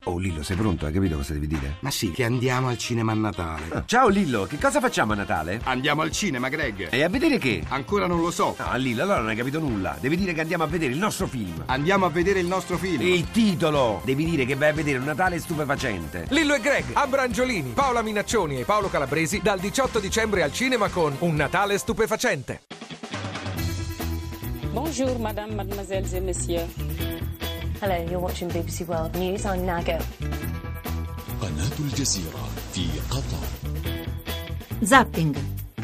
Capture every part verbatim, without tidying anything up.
Oh Lillo, sei pronto? Hai capito cosa devi dire? Ma sì, che andiamo al cinema a Natale. Ah, ciao Lillo, che cosa facciamo a Natale? Andiamo al cinema, Greg. E a vedere che? Ancora non lo so. No, Lillo, allora non hai capito nulla. Devi dire che andiamo a vedere il nostro film. Andiamo a vedere il nostro film. Il titolo! Devi dire che vai a vedere un Natale stupefacente. Lillo e Greg, Abrangiolini, Paola Minaccioni e Paolo Calabresi dal diciotto dicembre al cinema con Un Natale stupefacente. Bonjour, madame, mademoiselles et messieurs. Hello, you're watching B B C World News. I'm Nago. قناة الجزيرة في قطر. Zapping.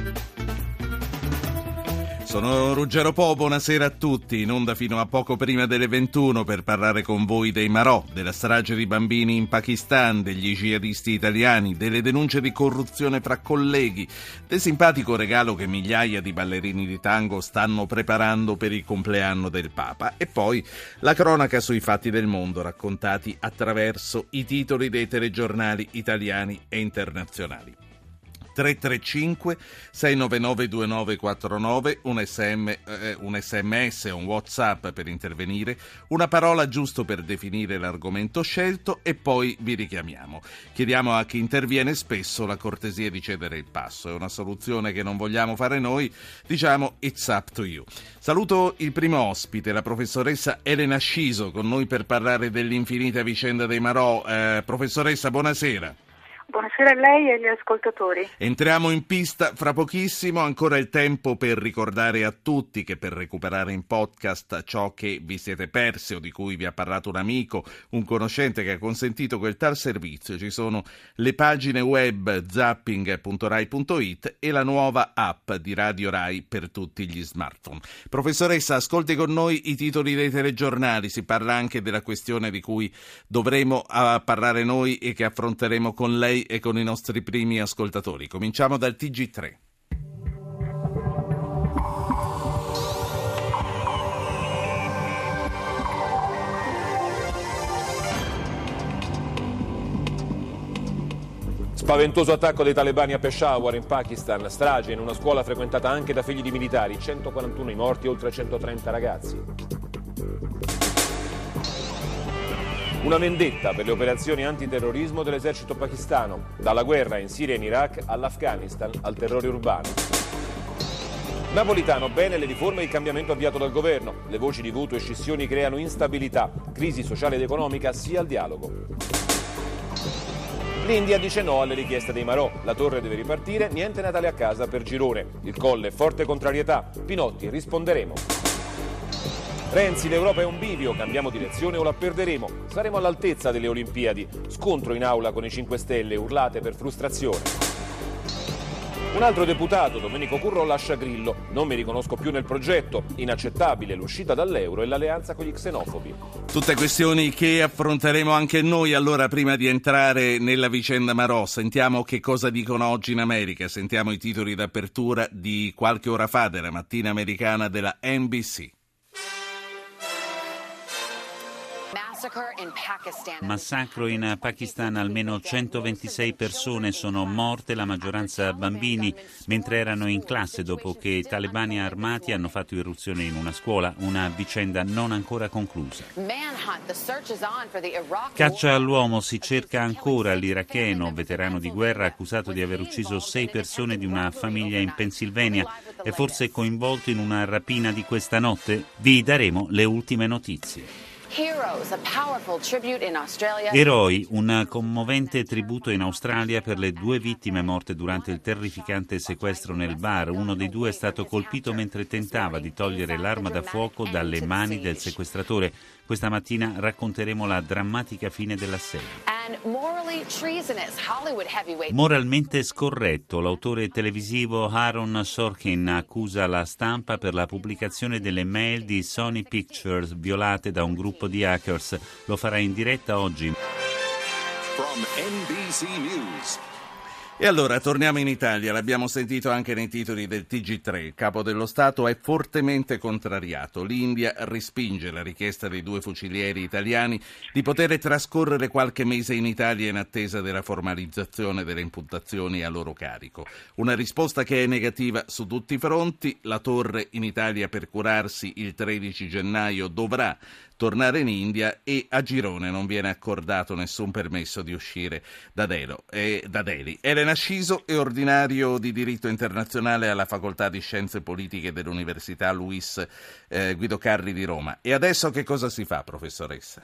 Sono Ruggero Po, buonasera a tutti, in onda fino a poco prima delle ventuno per parlare con voi dei marò, della strage di bambini in Pakistan, degli jihadisti italiani, delle denunce di corruzione fra colleghi, del simpatico regalo che migliaia di ballerini di tango stanno preparando per il compleanno del Papa e poi la cronaca sui fatti del mondo raccontati attraverso i titoli dei telegiornali italiani e internazionali. tre tre cinque sei nove nove due nove quattro nove, un, S M, eh, un sms o un WhatsApp per intervenire, una parola giusto per definire l'argomento scelto e poi vi richiamiamo. Chiediamo a chi interviene spesso la cortesia di cedere il passo. È una soluzione che non vogliamo fare noi, diciamo it's up to you. Saluto il primo ospite, la professoressa Elena Sciso, con noi per parlare dell'infinita vicenda dei marò. Eh, professoressa, buonasera. Buonasera a lei e agli ascoltatori. Entriamo in pista fra pochissimo, ancora il tempo per ricordare a tutti che per recuperare in podcast ciò che vi siete persi o di cui vi ha parlato un amico, un conoscente che ha consentito quel tal servizio, ci sono le pagine web zapping punto rai punto it e la nuova app di Radio Rai per tutti gli smartphone. Professoressa, ascolti con noi i titoli dei telegiornali, si parla anche della questione di cui dovremo uh, parlare noi e che affronteremo con lei e con i nostri primi ascoltatori. Cominciamo dal T G tre. Spaventoso attacco dei talebani a Peshawar in Pakistan, strage in una scuola frequentata anche da figli di militari, centoquarantuno i morti, oltre centotrenta ragazzi. Una vendetta per le operazioni antiterrorismo dell'esercito pakistano, dalla guerra in Siria e in Iraq all'Afghanistan al terrore urbano. Napolitano, bene le riforme e il cambiamento avviato dal governo. Le voci di voto e scissioni creano instabilità, crisi sociale ed economica, sia al dialogo. L'India dice no alle richieste dei marò, la torre deve ripartire, niente Natale a casa per Girone. Il Colle, forte contrarietà, Pinotti, risponderemo. Renzi, l'Europa è un bivio, cambiamo direzione o la perderemo. Saremo all'altezza delle Olimpiadi. Scontro in aula con i cinque Stelle, urlate per frustrazione. Un altro deputato, Domenico Curro, lascia Grillo. Non mi riconosco più nel progetto. Inaccettabile l'uscita dall'euro e l'alleanza con gli xenofobi. Tutte questioni che affronteremo anche noi. Allora, prima di entrare nella vicenda marò, sentiamo che cosa dicono oggi in America. Sentiamo i titoli d'apertura di qualche ora fa della mattina americana della N B C. Massacro in Pakistan, almeno centoventisei persone sono morte, la maggioranza bambini, mentre erano in classe dopo che i talebani armati hanno fatto irruzione in una scuola, una vicenda non ancora conclusa. Caccia all'uomo, si cerca ancora l'iracheno, veterano di guerra accusato di aver ucciso sei persone di una famiglia in Pennsylvania e forse coinvolto in una rapina di questa notte. Vi daremo le ultime notizie. Eroi, un commovente tributo in Australia per le due vittime morte durante il terrificante sequestro nel bar. Uno dei due è stato colpito mentre tentava di togliere l'arma da fuoco dalle mani del sequestratore. Questa mattina racconteremo la drammatica fine dell'assedio. Moralmente scorretto, l'autore televisivo Aaron Sorkin accusa la stampa per la pubblicazione delle mail di Sony Pictures violate da un gruppo di hackers. Lo farà in diretta oggi. From N B C News. E allora torniamo in Italia, l'abbiamo sentito anche nei titoli del T G tre, il capo dello Stato è fortemente contrariato, l'India respinge la richiesta dei due fucilieri italiani di poter trascorrere qualche mese in Italia in attesa della formalizzazione delle imputazioni a loro carico. Una risposta che è negativa su tutti i fronti, la torre in Italia per curarsi il tredici gennaio dovrà tornare in India e a Girone non viene accordato nessun permesso di uscire da, Delo, eh, da Delhi. Elena Sciso è ordinario di diritto internazionale alla Facoltà di Scienze Politiche dell'Università Luis eh, Guido Carri di Roma. E adesso che cosa si fa, professoressa?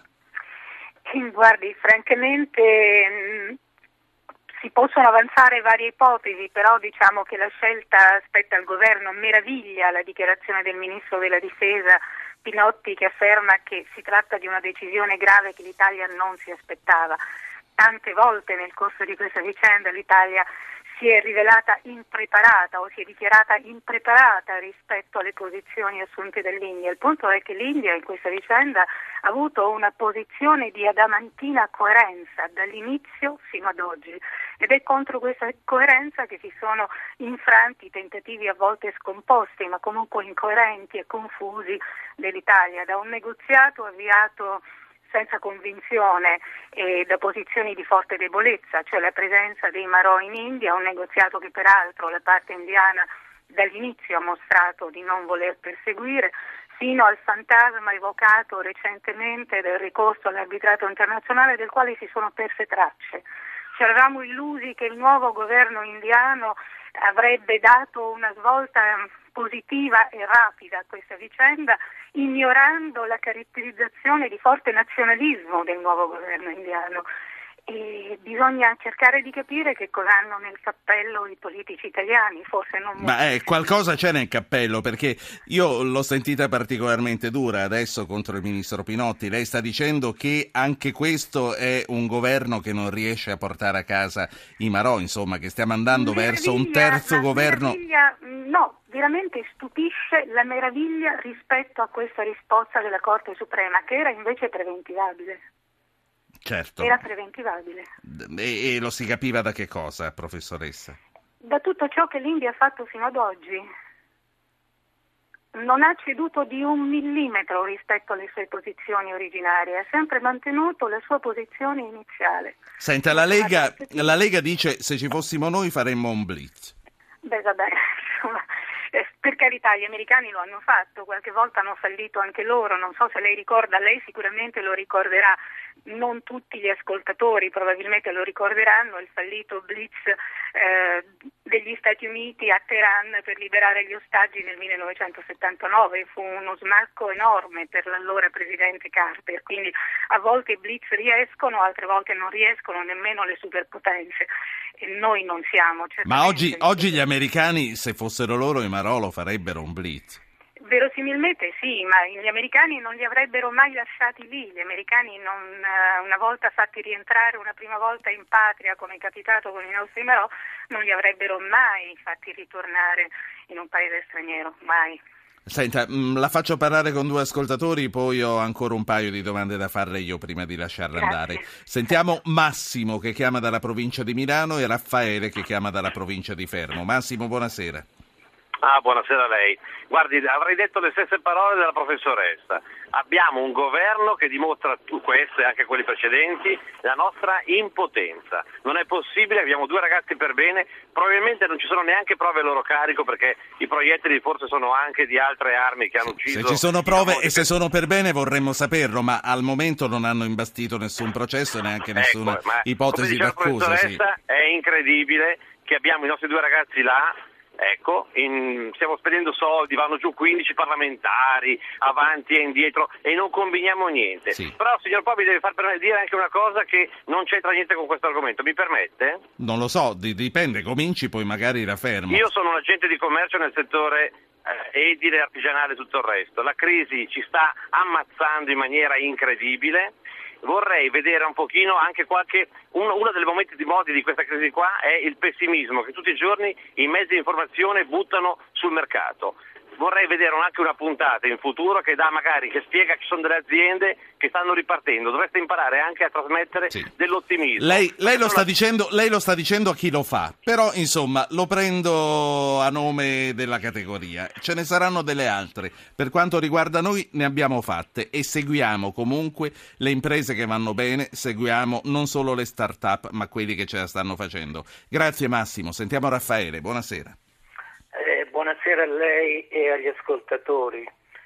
Guardi, francamente mh, si possono avanzare varie ipotesi, però diciamo che la scelta spetta al governo. Meraviglia la dichiarazione del ministro della Difesa Pinotti, che afferma che si tratta di una decisione grave che l'Italia non si aspettava. Tante volte nel corso di questa vicenda l'Italia si è rivelata impreparata o si è dichiarata impreparata rispetto alle posizioni assunte dall'India. Il punto è che l'India in questa vicenda ha avuto una posizione di adamantina coerenza dall'inizio fino ad oggi, ed è contro questa coerenza che si sono infranti tentativi a volte scomposti ma comunque incoerenti e confusi dell'Italia, da un negoziato avviato senza convinzione e da posizioni di forte debolezza, cioè la presenza dei Marò in India, un negoziato che peraltro la parte indiana dall'inizio ha mostrato di non voler perseguire, fino al fantasma evocato recentemente del ricorso all'arbitrato internazionale, del quale si sono perse tracce. Ci eravamo illusi che il nuovo governo indiano avrebbe dato una svolta positiva e rapida a questa vicenda, ignorando la caratterizzazione di forte nazionalismo del nuovo governo indiano. E bisogna cercare di capire che cosa hanno nel cappello i politici italiani, forse non molto. Ma eh, qualcosa c'è nel cappello, perché io l'ho sentita particolarmente dura adesso contro il ministro Pinotti. Lei sta dicendo che anche questo è un governo che non riesce a portare a casa i Marò, insomma, che stiamo andando meraviglia, verso un terzo governo. No, veramente stupisce la meraviglia rispetto a questa risposta della Corte Suprema, che era invece preventivabile. Certo. Era preventivabile. E, e lo si capiva da che cosa, professoressa? Da tutto ciò che l'India ha fatto fino ad oggi. Non ha ceduto di un millimetro rispetto alle sue posizioni originarie, ha sempre mantenuto la sua posizione iniziale. Senta, la Lega, la Lega dice se ci fossimo noi faremmo un blitz. Beh, vabbè, insomma, eh, per carità, gli americani lo hanno fatto, qualche volta hanno fallito anche loro, non so se lei ricorda, lei sicuramente lo ricorderà, non tutti gli ascoltatori probabilmente lo ricorderanno, il fallito blitz eh, degli Stati Uniti a Teheran per liberare gli ostaggi nel millenovecentosettantanove, fu uno smacco enorme per l'allora presidente Carter, quindi a volte i blitz riescono, altre volte non riescono nemmeno le superpotenze. E noi non siamo. Ma oggi, oggi gli americani, se fossero loro i Marò, lo farebbero un blitz? Verosimilmente sì, ma gli americani non li avrebbero mai lasciati lì. Gli americani, non, una volta fatti rientrare una prima volta in patria, come è capitato con i nostri Marò, non li avrebbero mai fatti ritornare in un paese straniero, mai. Senta, la faccio parlare con due ascoltatori, poi ho ancora un paio di domande da farle io prima di lasciarla Grazie. andare. Sentiamo Massimo che chiama dalla provincia di Milano e Raffaele che chiama dalla provincia di Fermo. Massimo, buonasera. Ah, buonasera a lei. Guardi, avrei detto le stesse parole della professoressa. Abbiamo un governo che dimostra, queste e anche quelli precedenti, la nostra impotenza. Non è possibile, abbiamo due ragazzi per bene, probabilmente non ci sono neanche prove a loro carico perché i proiettili forse sono anche di altre armi che hanno ucciso. Se ci sono prove diciamo, e se sono per bene vorremmo saperlo, ma al momento non hanno imbastito nessun processo e neanche nessuna ecco, ipotesi d'accusa. Sì. È incredibile che abbiamo i nostri due ragazzi là. Ecco, in, stiamo spendendo soldi, vanno giù quindici parlamentari, avanti e indietro e non combiniamo niente. Sì. Però signor Pò mi deve far dire anche una cosa che non c'entra niente con questo argomento, mi permette? Non lo so, dipende, cominci poi magari la fermo. Io sono un agente di commercio nel settore eh, edile, artigianale e tutto il resto. La crisi ci sta ammazzando in maniera incredibile. Vorrei vedere un pochino anche qualche, uno, uno dei momenti di modi di questa crisi qua è il pessimismo che tutti i giorni i mezzi di informazione buttano sul mercato. Vorrei vedere anche una puntata in futuro che dà magari, che spiega che ci sono delle aziende che stanno ripartendo. Dovreste imparare anche a trasmettere sì. dell'ottimismo. Lei, lei, lo sta la... dicendo, lei lo sta dicendo a chi lo fa, però insomma lo prendo a nome della categoria. Ce ne saranno delle altre. Per quanto riguarda noi ne abbiamo fatte e seguiamo comunque le imprese che vanno bene, seguiamo non solo le start-up ma quelli che ce la stanno facendo. Grazie Massimo, sentiamo Raffaele, buonasera. Eh, buonasera a lei e agli ascoltatori.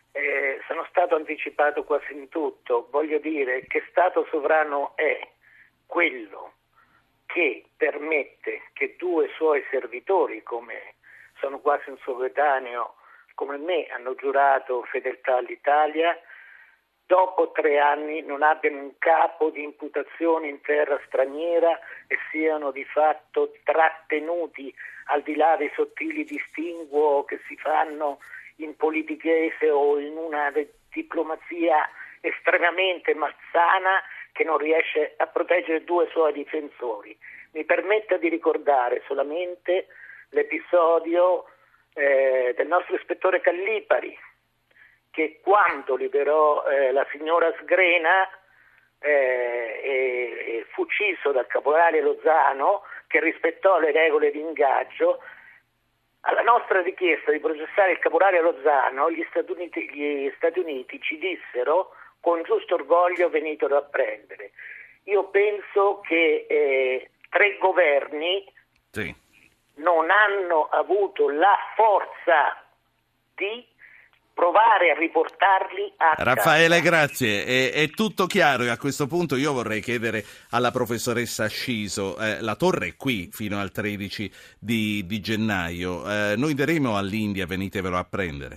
eh, sono stato anticipato quasi in tutto. Voglio dire che Stato sovrano è quello che permette che due suoi servitori, come sono quasi un suo coetaneo come me, hanno giurato fedeltà all'Italia, dopo tre anni non abbiano un capo di imputazione in terra straniera e siano di fatto trattenuti, al di là dei sottili distinguo che si fanno in politichese o in una diplomazia estremamente malsana che non riesce a proteggere due suoi difensori. Mi permetta di ricordare solamente l'episodio eh, del nostro ispettore Callipari, che quando liberò eh, la signora Sgrena eh, e, e fu ucciso dal caporale Lozano, che rispettò le regole di ingaggio, alla nostra richiesta di processare il caporale Lozano, gli Stati Uniti, gli Stati Uniti ci dissero con giusto orgoglio venitelo a prendere. Io penso che eh, tre governi sì. non hanno avuto la forza di provare a riportarli a Raffaele, casa. grazie. È, è tutto chiaro e a questo punto io vorrei chiedere alla professoressa Sciso, eh, la torre è qui fino al tredici di, di gennaio, eh, noi daremo all'India, venitevelo a prendere?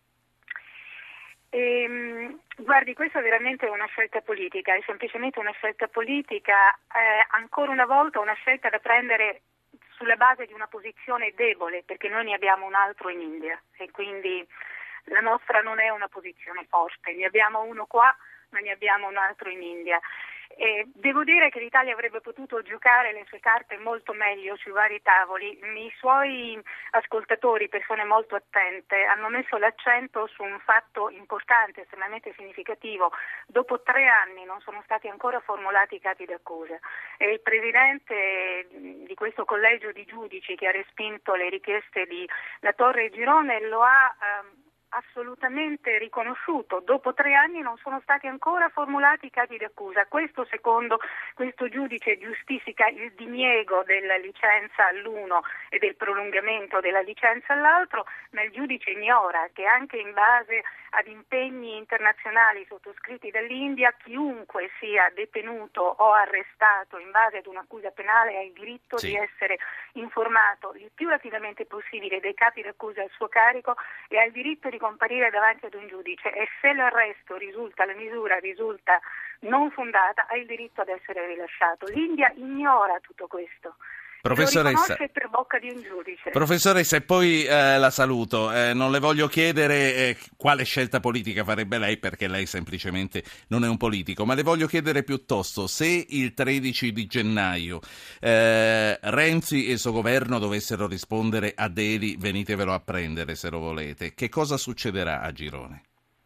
Ehm, guardi, questa è veramente una scelta politica, è semplicemente una scelta politica, eh, ancora una volta una scelta da prendere sulla base di una posizione debole, perché noi ne abbiamo un altro in India e quindi la nostra non è una posizione forte, ne abbiamo uno qua ma ne abbiamo un altro in India. E devo dire che l'Italia avrebbe potuto giocare le sue carte molto meglio sui vari tavoli. I suoi ascoltatori, persone molto attente, hanno messo l'accento su un fatto importante, estremamente significativo. Dopo tre anni non sono stati ancora formulati i capi d'accusa e il presidente di questo collegio di giudici che ha respinto le richieste di La Torre e Girone lo ha ehm, assolutamente riconosciuto. Dopo tre anni non sono stati ancora formulati i capi d'accusa. Questo secondo questo giudice giustifica il diniego della licenza all'uno e del prolungamento della licenza all'altro, ma il giudice ignora che anche in base ad impegni internazionali sottoscritti dall'India chiunque sia detenuto o arrestato in base ad un'accusa penale ha il diritto sì. di essere informato il più rapidamente possibile dei capi d'accusa al suo carico e ha il diritto di comparire davanti ad un giudice e se l'arresto risulta, la misura risulta non fondata, ha il diritto ad essere rilasciato. L'India ignora tutto questo. Professoressa, lo riconosce per bocca di un giudice. Professoressa, e poi eh, la saluto. Eh, non le voglio chiedere eh, quale scelta politica farebbe lei, perché lei semplicemente non è un politico, ma le voglio chiedere piuttosto se il tredici di gennaio eh, Renzi e il suo governo dovessero rispondere a Deli, venitevelo a prendere se lo volete, che cosa succederà a Girone?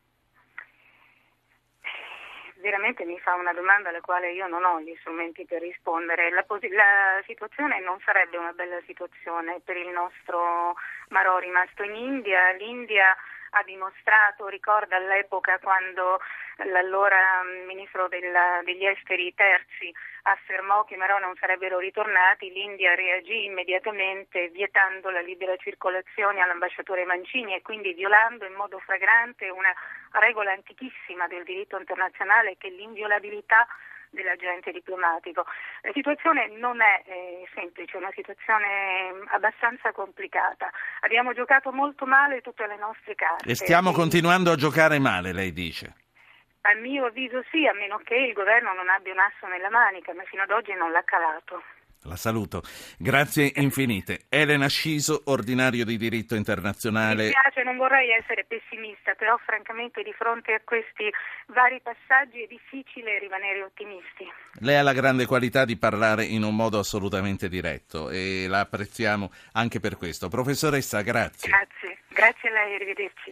Veramente mi fa una domanda alla quale io non ho gli strumenti per rispondere. La, pos- la situazione non sarebbe una bella situazione per il nostro Marò rimasto in India. L'India ha dimostrato, ricorda all'epoca quando l'allora ministro della, degli esteri Terzi affermò che i Marò non sarebbero ritornati, l'India reagì immediatamente vietando la libera circolazione all'ambasciatore Mancini e quindi violando in modo flagrante una regola antichissima del diritto internazionale che è l'inviolabilità dell'agente diplomatico. La situazione non è eh, semplice, è una situazione abbastanza complicata. Abbiamo giocato molto male tutte le nostre carte. E stiamo e... continuando a giocare male, lei dice? A mio avviso sì, a meno che il governo non abbia un asso nella manica, ma fino ad oggi non l'ha calato. La saluto. Grazie infinite. Elena Sciso, ordinario di diritto internazionale. Mi piace, non vorrei essere pessimista, però francamente di fronte a questi vari passaggi è difficile rimanere ottimisti. Lei ha la grande qualità di parlare in un modo assolutamente diretto e la apprezziamo anche per questo. Professoressa, grazie. Grazie, grazie a lei, arrivederci.